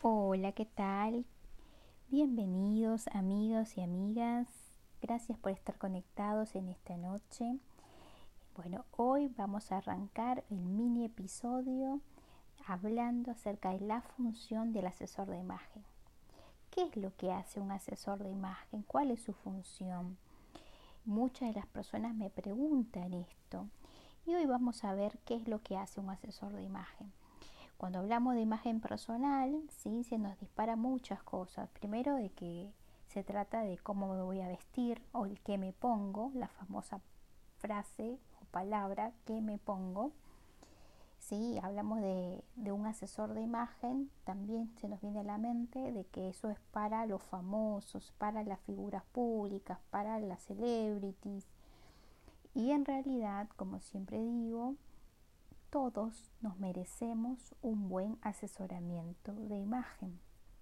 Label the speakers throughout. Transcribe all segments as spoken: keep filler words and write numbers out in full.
Speaker 1: Hola, ¿qué tal? Bienvenidos amigos y amigas. Gracias por estar conectados en esta noche. Bueno, hoy vamos a arrancar el mini episodio hablando acerca de la función del asesor de imagen. ¿Qué es lo que hace un asesor de imagen? ¿Cuál es su función? Muchas de las personas me preguntan esto y hoy vamos a ver qué es lo que hace un asesor de imagen. Cuando hablamos de imagen personal, ¿sí? Se nos dispara muchas cosas. Primero de que se trata de cómo me voy a vestir o el qué me pongo, la famosa frase o palabra qué me pongo. ¿Sí? Hablamos de, de un asesor de imagen, también se nos viene a la mente de que eso es para los famosos, para las figuras públicas, para las celebrities. Y en realidad, como siempre digo, todos nos merecemos un buen asesoramiento de imagen,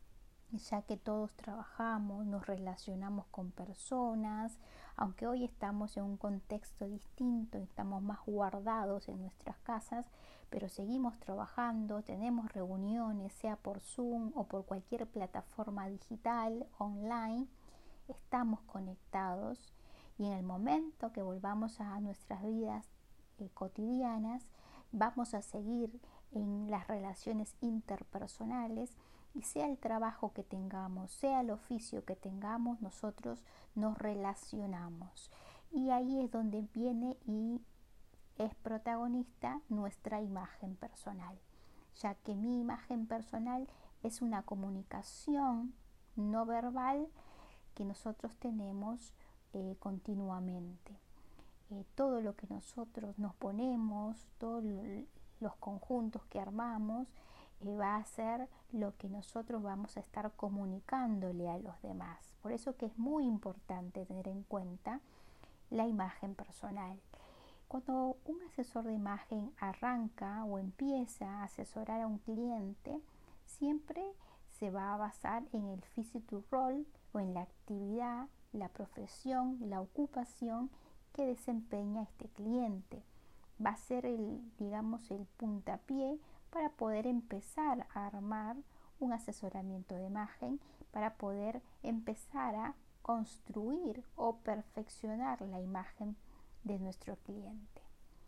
Speaker 1: ya que todos trabajamos, nos relacionamos con personas, aunque hoy estamos en un contexto distinto, estamos más guardados en nuestras casas, pero seguimos trabajando, tenemos reuniones, sea por Zoom o por cualquier plataforma digital, online, estamos conectados y en el momento que volvamos a nuestras vidas eh, cotidianas, vamos a seguir en las relaciones interpersonales y sea el trabajo que tengamos, sea el oficio que tengamos, nosotros nos relacionamos. Y ahí es donde viene y es protagonista nuestra imagen personal, ya que mi imagen personal es una comunicación no verbal que nosotros tenemos eh, continuamente. Eh, todo lo que nosotros nos ponemos, todos los conjuntos que armamos, eh, va a ser lo que nosotros vamos a estar comunicándole a los demás. Por eso que es muy importante tener en cuenta la imagen personal. Cuando un asesor de imagen arranca o empieza a asesorar a un cliente, siempre se va a basar en el physical role o en la actividad, la profesión, la ocupación que desempeña este cliente. Va a ser el, digamos, el puntapié para poder empezar a armar un asesoramiento de imagen, para poder empezar a construir o perfeccionar la imagen de nuestro cliente.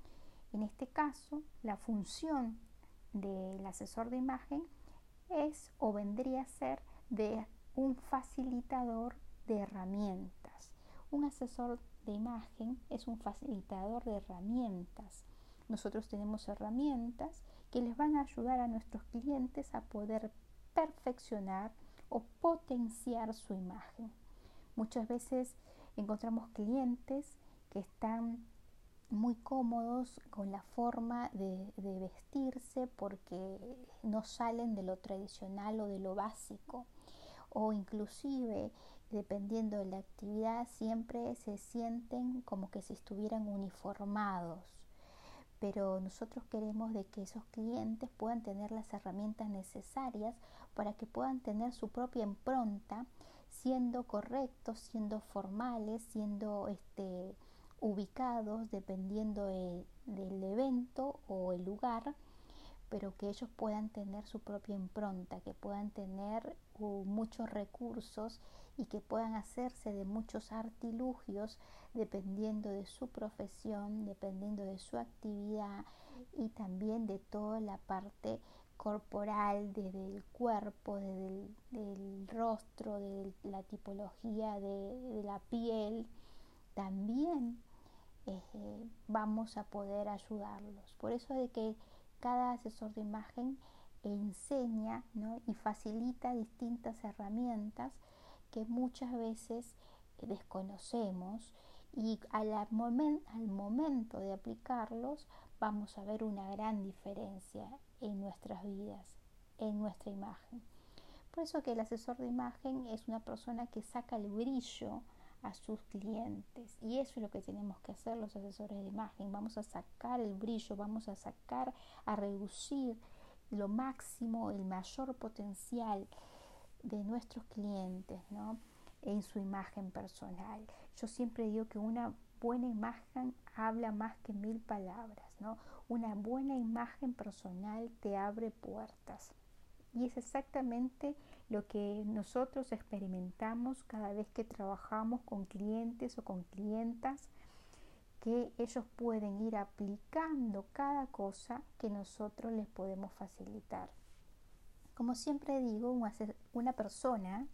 Speaker 1: En este caso, la función del asesor de imagen es o vendría a ser de un facilitador de herramientas. Un asesor de imagen es un facilitador de herramientas. Nosotros tenemos herramientas que les van a ayudar a nuestros clientes a poder perfeccionar o potenciar su imagen. Muchas veces encontramos clientes que están muy cómodos con la forma de, de vestirse porque no salen de lo tradicional o de lo básico, o inclusive dependiendo de la actividad siempre se sienten como que si estuvieran uniformados, pero nosotros queremos de que esos clientes puedan tener las herramientas necesarias para que puedan tener su propia impronta, siendo correctos, siendo formales, siendo este ubicados dependiendo de, del evento o el lugar, pero que ellos puedan tener su propia impronta, que puedan tener uh, muchos recursos y que puedan hacerse de muchos artilugios dependiendo de su profesión, dependiendo de su actividad y también de toda la parte corporal, desde el cuerpo, desde el del rostro, de la tipología de, de la piel. También eh, vamos a poder ayudarlos. Por eso de que cada asesor de imagen enseña, ¿no? y facilita distintas herramientas que muchas veces desconocemos y al, momen, al momento de aplicarlos vamos a ver una gran diferencia en nuestras vidas, en nuestra imagen. Por eso que el asesor de imagen es una persona que saca el brillo a sus clientes, y eso es lo que tenemos que hacer los asesores de imagen. Vamos a sacar el brillo, vamos a sacar, a reducir lo máximo, el mayor potencial de nuestros clientes, ¿no? en su imagen personal. Yo siempre digo que una buena imagen habla más que mil palabras, ¿no? Una buena imagen personal te abre puertas. Y es exactamente lo que nosotros experimentamos cada vez que trabajamos con clientes o con clientas, que ellos pueden ir aplicando cada cosa que nosotros les podemos facilitar. Como siempre digo, una persona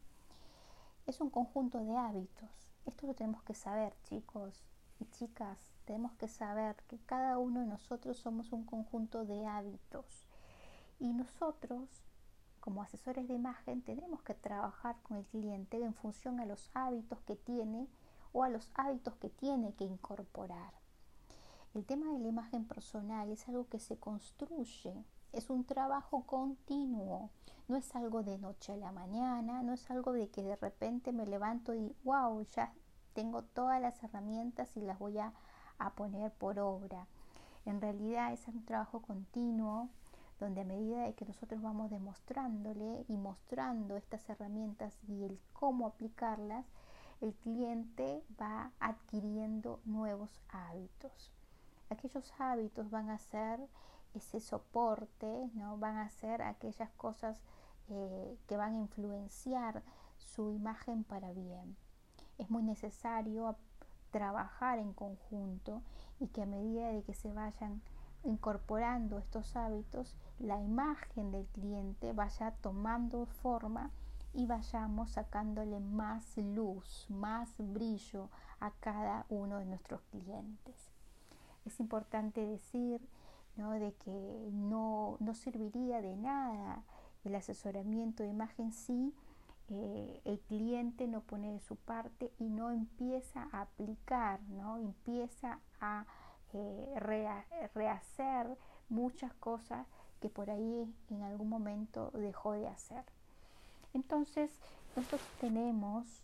Speaker 1: es un conjunto de hábitos. Esto lo tenemos que saber, chicos y chicas. Tenemos que saber que cada uno de nosotros somos un conjunto de hábitos. Y nosotros, como asesores de imagen, tenemos que trabajar con el cliente en función a los hábitos que tiene o a los hábitos que tiene que incorporar. El tema de la imagen personal es algo que se construye, es un trabajo continuo, no es algo de noche a la mañana, no es algo de que de repente me levanto y wow, ya tengo todas las herramientas y las voy a, a poner por obra. En realidad es un trabajo continuo donde a medida de que nosotros vamos demostrándole y mostrando estas herramientas y el cómo aplicarlas, el cliente va adquiriendo nuevos hábitos. Aquellos hábitos van a ser ese soporte, ¿no? Van a ser aquellas cosas eh, que van a influenciar su imagen para bien. Es muy necesario trabajar en conjunto y que a medida de que se vayan incorporando estos hábitos, la imagen del cliente vaya tomando forma y vayamos sacándole más luz, más brillo a cada uno de nuestros clientes. Es importante decir, ¿no?, de que no, no serviría de nada el asesoramiento de imagen si eh, el cliente no pone de su parte y no empieza a aplicar, ¿no? Empieza a eh, rea, rehacer muchas cosas que por ahí en algún momento dejó de hacer. Entonces, nosotros tenemos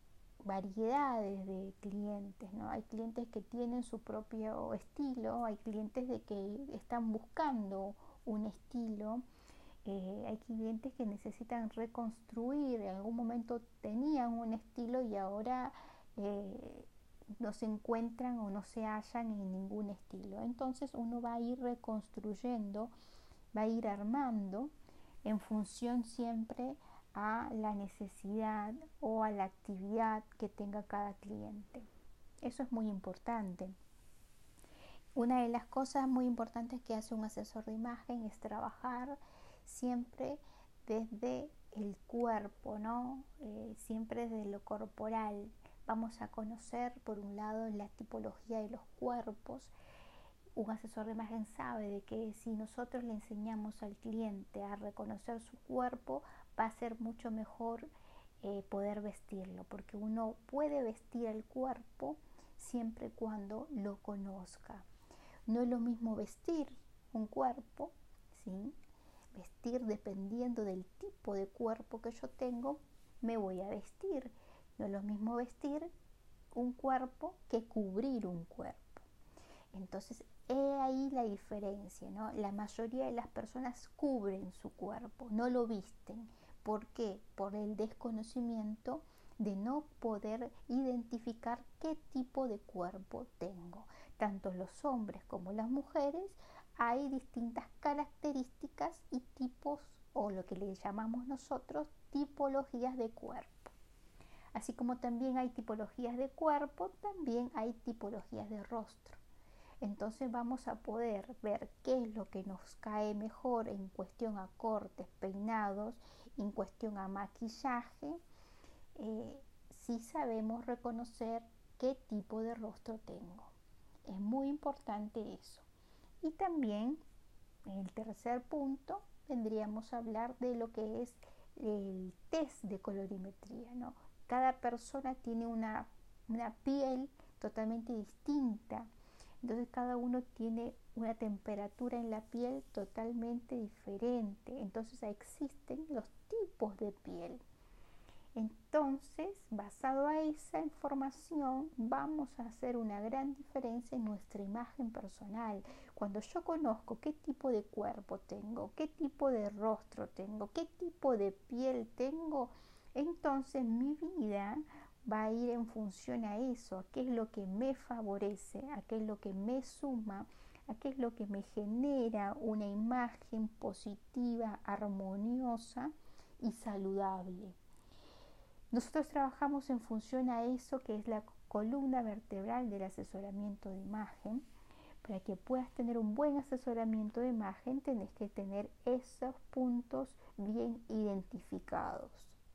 Speaker 1: variedades de clientes, ¿no? Hay clientes que tienen su propio estilo, hay clientes de que están buscando un estilo, eh, hay clientes que necesitan reconstruir, en algún momento tenían un estilo y ahora eh, no se encuentran o no se hallan en ningún estilo. Entonces uno va a ir reconstruyendo, va a ir armando en función siempre a la necesidad o a la actividad que tenga cada cliente. Eso es muy importante. Una de las cosas muy importantes que hace un asesor de imagen es trabajar siempre desde el cuerpo, ¿no? Eh, siempre desde lo corporal. Vamos a conocer, por un lado, la tipología de los cuerpos. Un asesor de imagen sabe de que si nosotros le enseñamos al cliente a reconocer su cuerpo, va a ser mucho mejor eh, poder vestirlo, porque uno puede vestir el cuerpo siempre y cuando lo conozca. No es lo mismo vestir un cuerpo, ¿sí? Vestir dependiendo del tipo de cuerpo que yo tengo, me voy a vestir. No es lo mismo vestir un cuerpo que cubrir un cuerpo. Entonces, he ahí la diferencia, ¿no? La mayoría de las personas cubren su cuerpo, no lo visten. ¿Por qué? Por el desconocimiento de no poder identificar qué tipo de cuerpo tengo. Tanto los hombres como las mujeres hay distintas características y tipos, o lo que le llamamos nosotros, tipologías de cuerpo. Así como también hay tipologías de cuerpo, también hay tipologías de rostro. Entonces vamos a poder ver qué es lo que nos cae mejor en cuestión a cortes, peinados, en cuestión a maquillaje, eh, si sabemos reconocer qué tipo de rostro tengo. Es muy importante eso. Y también, en el tercer punto, vendríamos a hablar de lo que es el test de colorimetría, ¿no? Cada persona tiene una, una piel totalmente distinta. Entonces cada uno tiene una temperatura en la piel totalmente diferente. Entonces existen los tipos de piel. Entonces, basado a esa información, vamos a hacer una gran diferencia en nuestra imagen personal. Cuando yo conozco qué tipo de cuerpo tengo, qué tipo de rostro tengo, qué tipo de piel tengo, entonces mi vida va a ir en función a eso, a qué es lo que me favorece, a qué es lo que me suma a qué es lo que me genera una imagen positiva, armoniosa y saludable. Nosotros trabajamos en función a eso que es la columna vertebral del asesoramiento de imagen. Para que puedas tener un buen asesoramiento de imagen, tenés que tener esos puntos bien identificados.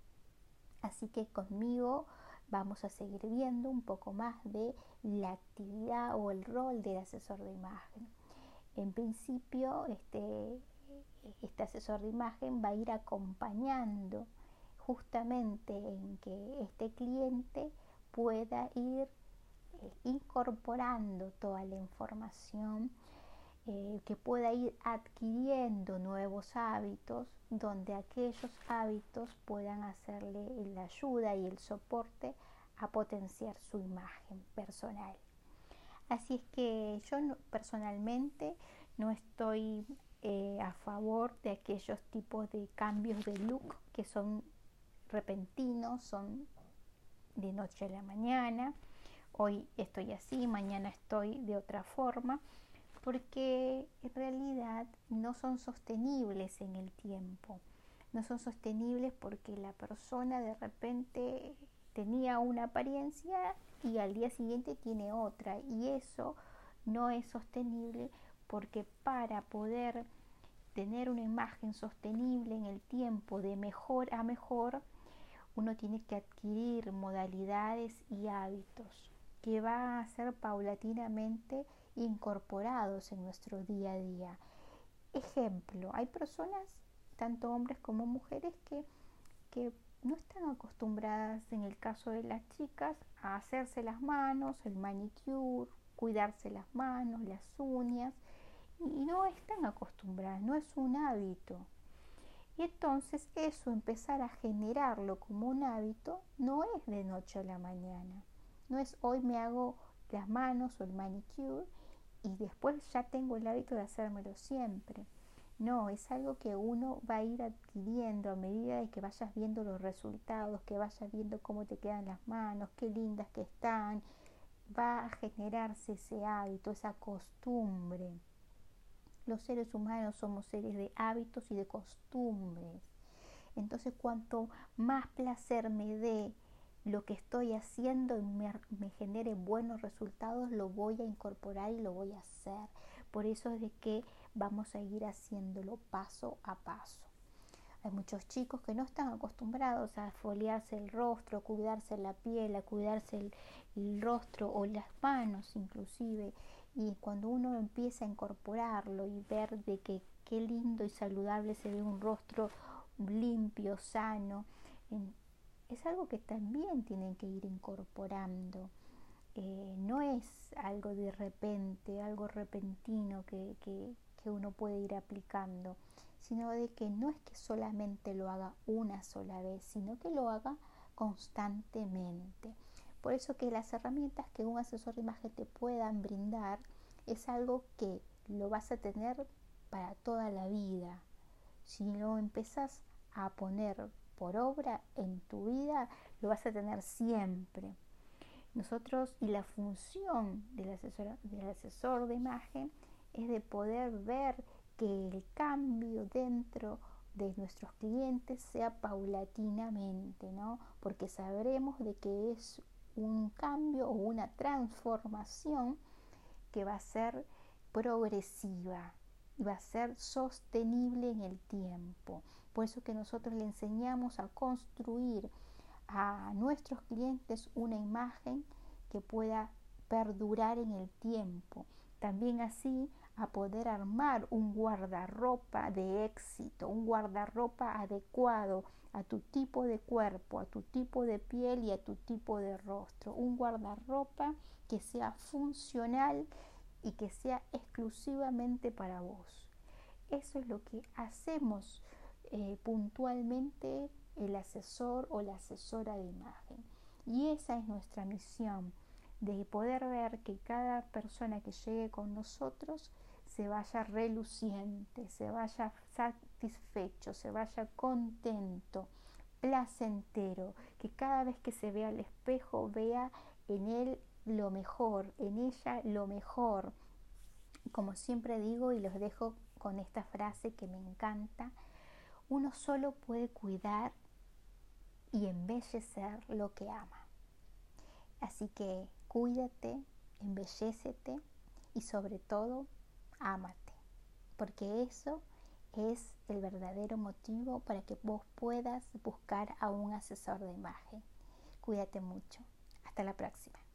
Speaker 1: Así que conmigo vamos a seguir viendo un poco más de la actividad o el rol del asesor de imagen. En principio, este, este asesor de imagen va a ir acompañando justamente en que este cliente pueda ir eh, incorporando toda la información, eh, que pueda ir adquiriendo nuevos hábitos, donde aquellos hábitos puedan hacerle la ayuda y el soporte a potenciar su imagen personal. Así es que yo no, personalmente no estoy eh, a favor de aquellos tipos de cambios de look que son repentinos, son de noche a la mañana. Hoy estoy así, mañana estoy de otra forma, porque en realidad no son sostenibles en el tiempo. No son sostenibles porque la persona de repente tenía una apariencia y al día siguiente tiene otra, y eso no es sostenible, porque para poder tener una imagen sostenible en el tiempo de mejor a mejor, uno tiene que adquirir modalidades y hábitos que va a ser paulatinamente incorporados en nuestro día a día. Ejemplo, hay personas, tanto hombres como mujeres, que, que no están acostumbradas, en el caso de las chicas, a hacerse las manos, el manicure, cuidarse las manos, las uñas, y no están acostumbradas, no es un hábito. Y entonces eso, empezar a generarlo como un hábito, no es de noche a la mañana. No es hoy me hago las manos o el manicure y después ya tengo el hábito de hacérmelo siempre. No, es algo que uno va a ir adquiriendo a medida de que vayas viendo los resultados, que vayas viendo cómo te quedan las manos, qué lindas que están. Va a generarse ese hábito, esa costumbre. Los seres humanos somos seres de hábitos y de costumbres. Entonces, cuanto más placer me dé lo que estoy haciendo y me, me genere buenos resultados, lo voy a incorporar y lo voy a hacer. Por eso es de que vamos a ir haciéndolo paso a paso. Hay muchos chicos que no están acostumbrados a foliarse el rostro, a cuidarse la piel, a cuidarse el, el rostro o las manos inclusive. Y cuando uno empieza a incorporarlo y ver de que qué lindo y saludable se ve un rostro limpio, sano, es algo que también tienen que ir incorporando. Eh, no es algo de repente, algo repentino que, que, que uno puede ir aplicando, sino de que no es que solamente lo haga una sola vez, sino que lo haga constantemente. Por eso que las herramientas que un asesor de imagen te puedan brindar es algo que lo vas a tener para toda la vida. Si lo empezás a poner por obra en tu vida, lo vas a tener siempre. Nosotros, y la función del asesor, del asesor de imagen es de poder ver que el cambio dentro de nuestros clientes sea paulatinamente, ¿no? Porque sabremos de que es un cambio o una transformación que va a ser progresiva y va a ser sostenible en el tiempo. Por eso que nosotros le enseñamos a construir a nuestros clientes una imagen que pueda perdurar en el tiempo. También así a poder armar un guardarropa de éxito, un guardarropa adecuado a tu tipo de cuerpo, a tu tipo de piel y a tu tipo de rostro. Un guardarropa que sea funcional y que sea exclusivamente para vos. Eso es lo que hacemos eh, puntualmente el asesor o la asesora de imagen. Y esa es nuestra misión, de poder ver que cada persona que llegue con nosotros se vaya reluciente, se vaya satisfecho, se vaya contento, placentero, que cada vez que se vea al espejo vea en él lo mejor, en ella lo mejor, Como siempre digo y los dejo con esta frase que me encanta, uno solo puede cuidar y embellecer lo que ama. Así que cuídate, embellécete y sobre todo, ámate, porque eso es el verdadero motivo para que vos puedas buscar a un asesor de imagen. Cuídate mucho. Hasta la próxima.